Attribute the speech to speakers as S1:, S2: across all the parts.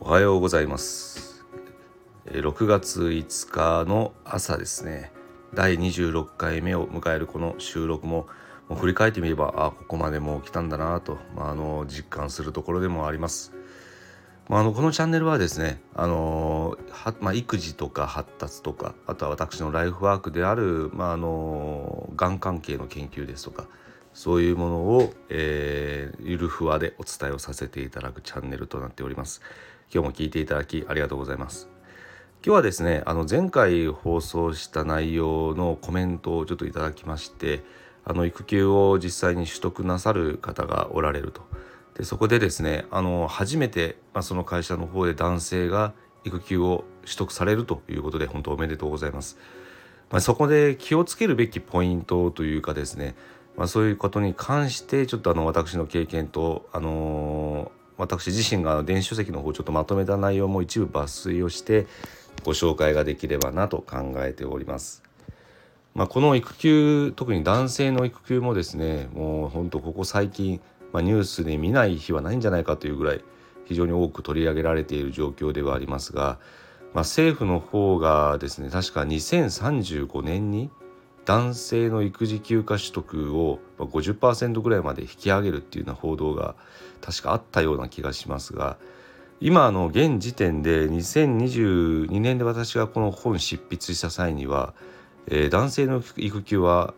S1: おはようございます。6月5日の朝ですね。第26回目を迎えるこの収録も、振り返ってみればここまでもう来たんだなと、実感するところでもあります。このチャンネルはですね、育児とか発達とか、あとは私のライフワークである、がん関係の研究ですとか、そういうものを、ゆるふわでお伝えをさせていただくチャンネルとなっております。今日も聞いていただきありがとうございます。今日はですね、前回放送した内容のコメントをちょっといただきまして、育休を実際に取得なさる方がおられると。でそこでですね、初めて、その会社の方で男性が育休を取得されるということで本当おめでとうございます。そこで気をつけるべきポイントというかですね、そういうことに関してちょっと私の経験と、私自身が電子書籍の方ちょっとまとめた内容も一部抜粋をしてご紹介ができればなと考えております。この育休、特に男性の育休もですね、もう本当ここ最近、ニュースで見ない日はないんじゃないかというぐらい非常に多く取り上げられている状況ではありますが、政府の方がですね、確か2035年に男性の育児休暇取得を 50% ぐらいまで引き上げるっていうような報道が確かあったような気がしますが、今現時点で2022年で私がこの本執筆した際には、男性の育休は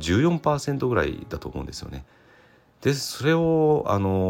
S1: 14% ぐらいだと思うんですよね。でそれを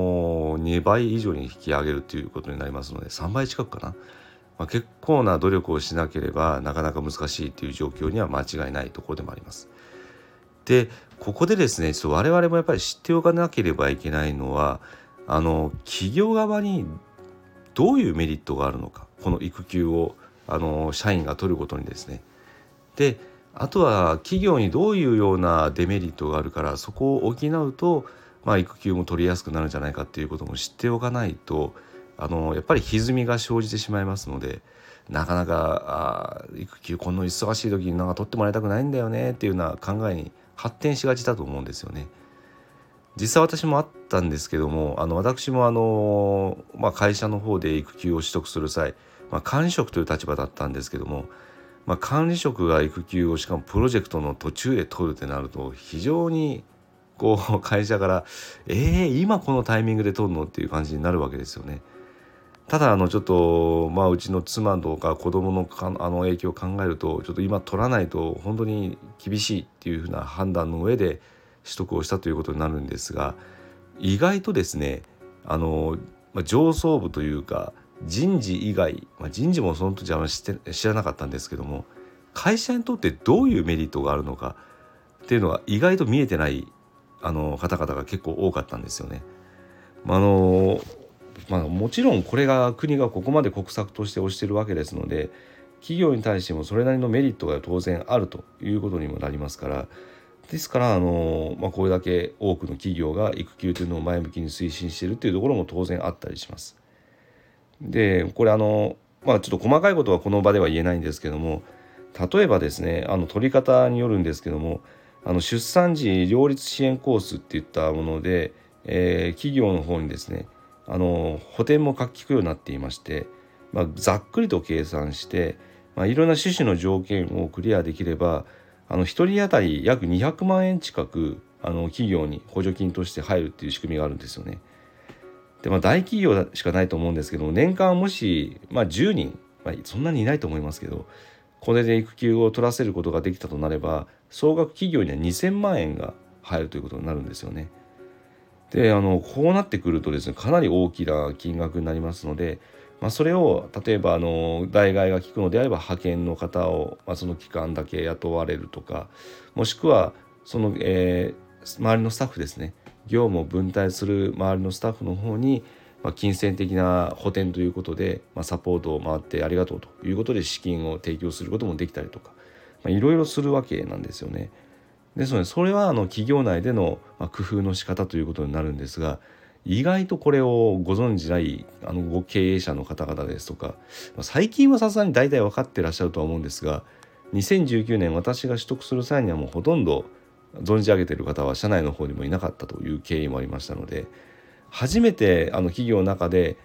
S1: 2倍以上に引き上げるということになりますので、3倍近くかな、結構な努力をしなければなかなか難しいという状況には間違いないところでもあります。でここでですね、我々もやっぱり知っておかなければいけないのは、企業側にどういうメリットがあるのか、この育休を社員が取ることにですね。であとは企業にどういうようなデメリットがあるから、そこを補うと、育休も取りやすくなるんじゃないかっていうことも知っておかないと、やっぱり歪みが生じてしまいますので、なかなか育休この忙しい時に取ってもらいたくないんだよねっていうような考えに発展しがちだと思うんですよね。実際私もあったんですけども、私も会社の方で育休を取得する際、管理職という立場だったんですけども、管理職が育休をしかもプロジェクトの途中で取るってなると、非常に会社から今このタイミングで取るのっていう感じになるわけですよね。ただちょっとうちの妻とか子供の影響を考えると、ちょっと今取らないと本当に厳しいっていうふうな判断の上で取得をしたということになるんですが、意外とですね、上層部というか人事以外、人事もその時は知らなかったんですけども、会社にとってどういうメリットがあるのかっていうのが意外と見えてない方々が結構多かったんですよね。もちろんこれが国がここまで国策として推しているわけですので、企業に対してもそれなりのメリットが当然あるということにもなりますから、ですからこれだけ多くの企業が育休というのを前向きに推進しているというところも当然あったりします。でこれちょっと細かいことはこの場では言えないんですけども、例えばですね、取り方によるんですけども、出産時両立支援コースっていったもので、企業の方にですね、補填も書き聞くようになっていまして、ざっくりと計算して、いろんな趣旨の条件をクリアできれば、1人当たり約200万円近く企業に補助金として入るっていう仕組みがあるんですよね。で大企業しかないと思うんですけども、年間もし、10人、そんなにいないと思いますけど、これで育休を取らせることができたとなれば、総額企業には2000万円が入るということになるんですよね。でこうなってくるとですね、かなり大きな金額になりますので、それを例えば代替が効くのであれば派遣の方を、その期間だけ雇われるとか、もしくはその、周りのスタッフですね、業務を分担する周りのスタッフの方に、金銭的な補填ということで、サポートを回ってありがとうということで資金を提供することもできたりとか、いろいろするわけなんですよね。ですのでそれは企業内での工夫の仕方ということになるんですが、意外とこれをご存じないご経営者の方々ですとか、最近はさすがに大体分かってらっしゃるとは思うんですが、2019年私が取得する際にはもうほとんど存じ上げている方は社内の方にもいなかったという経緯もありましたので、初めて企業の中で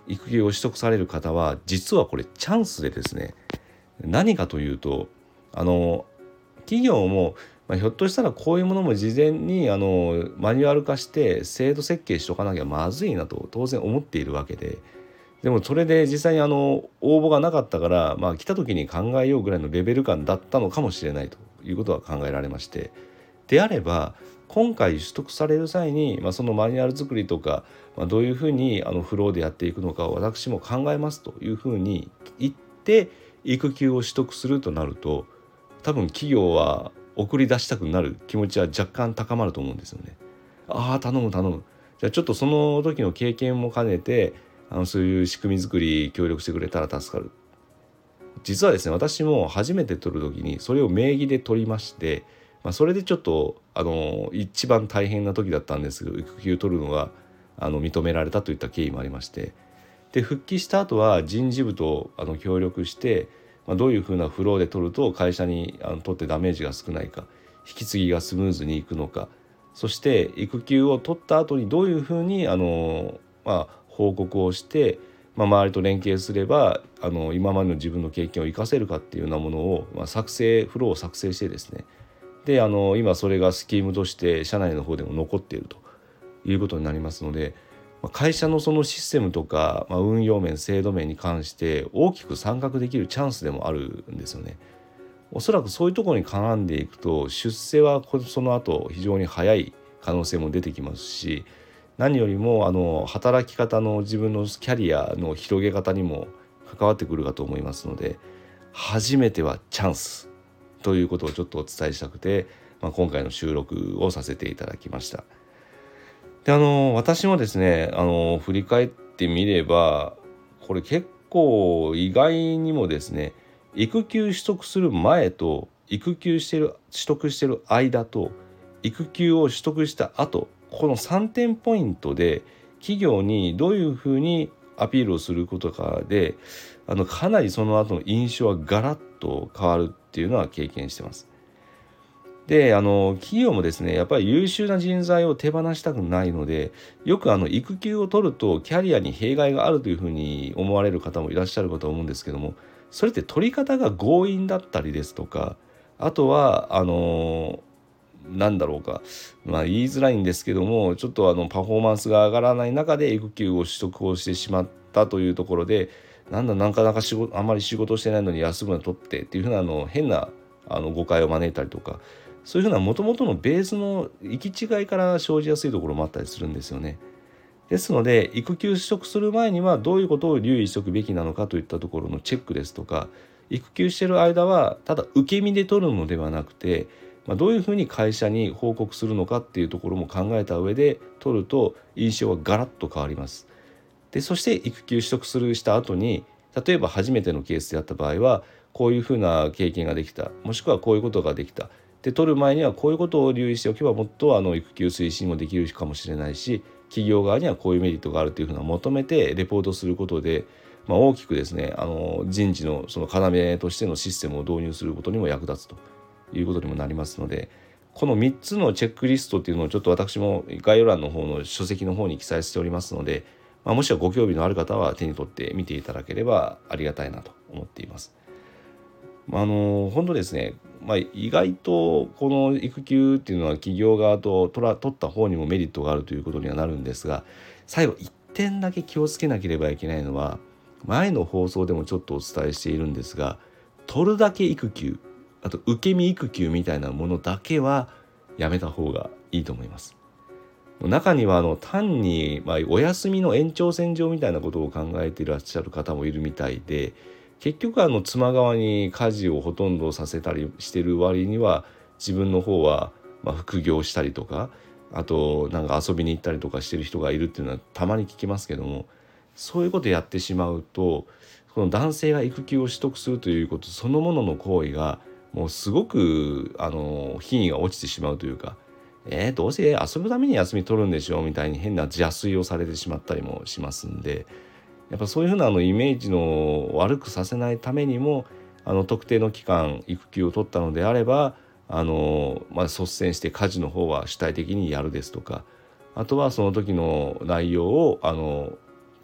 S1: 育休を取得される方は実はこれチャンスでですね、何かというと企業も、ひょっとしたらこういうものも事前にマニュアル化して制度設計しとかなきゃまずいなと当然思っているわけで、でもそれで実際に応募がなかったから、来た時に考えようぐらいのレベル感だったのかもしれないということは考えられまして、であれば今回取得される際に、そのマニュアル作りとか、どういうふうにフローでやっていくのかを私も考えますというふうに言って育休を取得するとなると、多分企業は送り出したくなる気持ちは若干高まると思うんですよね。頼む頼む、じゃあちょっとその時の経験も兼ねてそういう仕組み作り協力してくれたら助かる。実はですね、私も初めて取る時にそれを名義で取りまして、それでちょっと一番大変な時だったんですけど、育休取るのが認められたといった経緯もありまして、で復帰した後は人事部と協力して、どういうふうなフローで取ると会社にとってダメージが少ないか、引き継ぎがスムーズにいくのか、そして育休を取った後にどういうふうに報告をして、周りと連携すれば今までの自分の経験を生かせるかっていうようなものを、フローを作成してですね、で今それがスキームとして社内の方でも残っているということになりますので、会社のそのシステムとか、運用面制度面に関して大きく参画できるチャンスでもあるんですよね。おそらくそういうところに絡んでいくと出世はその後非常に早い可能性も出てきますし、何よりも働き方の自分のキャリアの広げ方にも関わってくるかと思いますので、初めてはチャンスということをちょっとお伝えしたくて、今回の収録をさせていただきました。で私もですね振り返ってみればこれ結構意外にもですね、育休取得する前と育休取得してる間と育休を取得した後、この3点ポイントで企業にどういうふうにアピールをすることかでかなりその後の印象はガラッと変わるっていうのは経験してます。で企業もですねやっぱり優秀な人材を手放したくないので、よく育休を取るとキャリアに弊害があるというふうに思われる方もいらっしゃるかと思うんですけども、それって取り方が強引だったりですとか、あとはなんだろうか、言いづらいんですけども、ちょっとパフォーマンスが上がらない中で育休を取得をしてしまったというところで、なかなかあまり仕事してないのに休むの取ってっていうふうな変な誤解を招いたりとか、そういうふうな元々のベースの行き違いから生じやすいところもあったりするんですよね。ですので育休取得する前にはどういうことを留意しておくべきなのかといったところのチェックですとか、育休している間はただ受け身で取るのではなくて、どういうふうに会社に報告するのかっていうところも考えた上で取ると印象はガラッと変わります。でそして育休取得した後に、例えば初めてのケースであった場合はこういうふうな経験ができた、もしくはこういうことができた、で取る前にはこういうことを留意しておけばもっと育休推進もできるかもしれないし、企業側にはこういうメリットがあるというふうな求めてレポートすることで、大きくですね人事のその要としてのシステムを導入することにも役立つということにもなりますので、この3つのチェックリストっていうのをちょっと私も概要欄の方の書籍の方に記載しておりますので、もしはご興味のある方は手に取って見ていただければありがたいなと思っています。本当ですね、意外とこの育休っていうのは企業側と取った方にもメリットがあるということにはなるんですが、最後1点だけ気をつけなければいけないのは、前の放送でもちょっとお伝えしているんですが、取るだけ育休、あと受け身育休みたいなものだけはやめた方がいいと思います。中には単にお休みの延長線上みたいなことを考えていらっしゃる方もいるみたいで、結局妻側に家事をほとんどさせたりしてる割には自分の方は副業したりとか、あと遊びに行ったりとかしてる人がいるっていうのはたまに聞きますけども、そういうことやってしまうと、この男性が育休を取得するということそのものの行為がもうすごく品位が落ちてしまうというか、どうせ遊ぶために休み取るんでしょみたいに変な邪推をされてしまったりもしますんで、やっぱそういうふうなイメージの悪くさせないためにも特定の期間育休を取ったのであれば率先して家事の方は主体的にやるですとか、あとはその時の内容を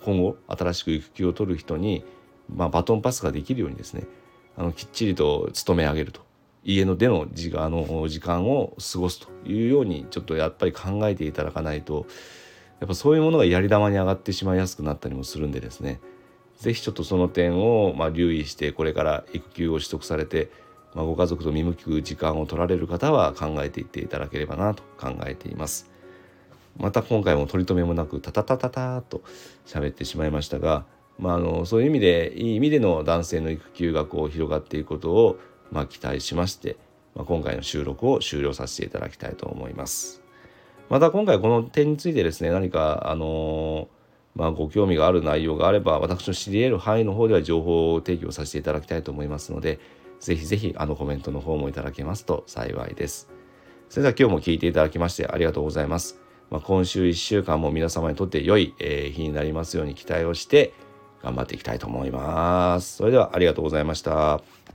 S1: 今後新しく育休を取る人に、バトンパスができるようにですね、きっちりと勤め上げると、家のでの時間を過ごすというようにちょっとやっぱり考えていただかないと、やっぱそういうものがやり玉に上がってしまいやすくなったりもするんでですね、ぜひちょっとその点を留意して、これから育休を取得されて、ご家族と見向く時間を取られる方は考えていっていただければなと考えています。また今回も取り留めもなくタタタタタと喋ってしまいましたが、そういう意味でいい意味での男性の育休が広がっていくことを期待しまして、今回の収録を終了させていただきたいと思います。また今回この点についてですね、何かご興味がある内容があれば、私の知り得る範囲の方では情報提供させていただきたいと思いますので、ぜひぜひコメントの方もいただけますと幸いです。それでは今日も聞いていただきましてありがとうございます。今週1週間も皆様にとって良い日になりますように期待をして頑張っていきたいと思います。それではありがとうございました。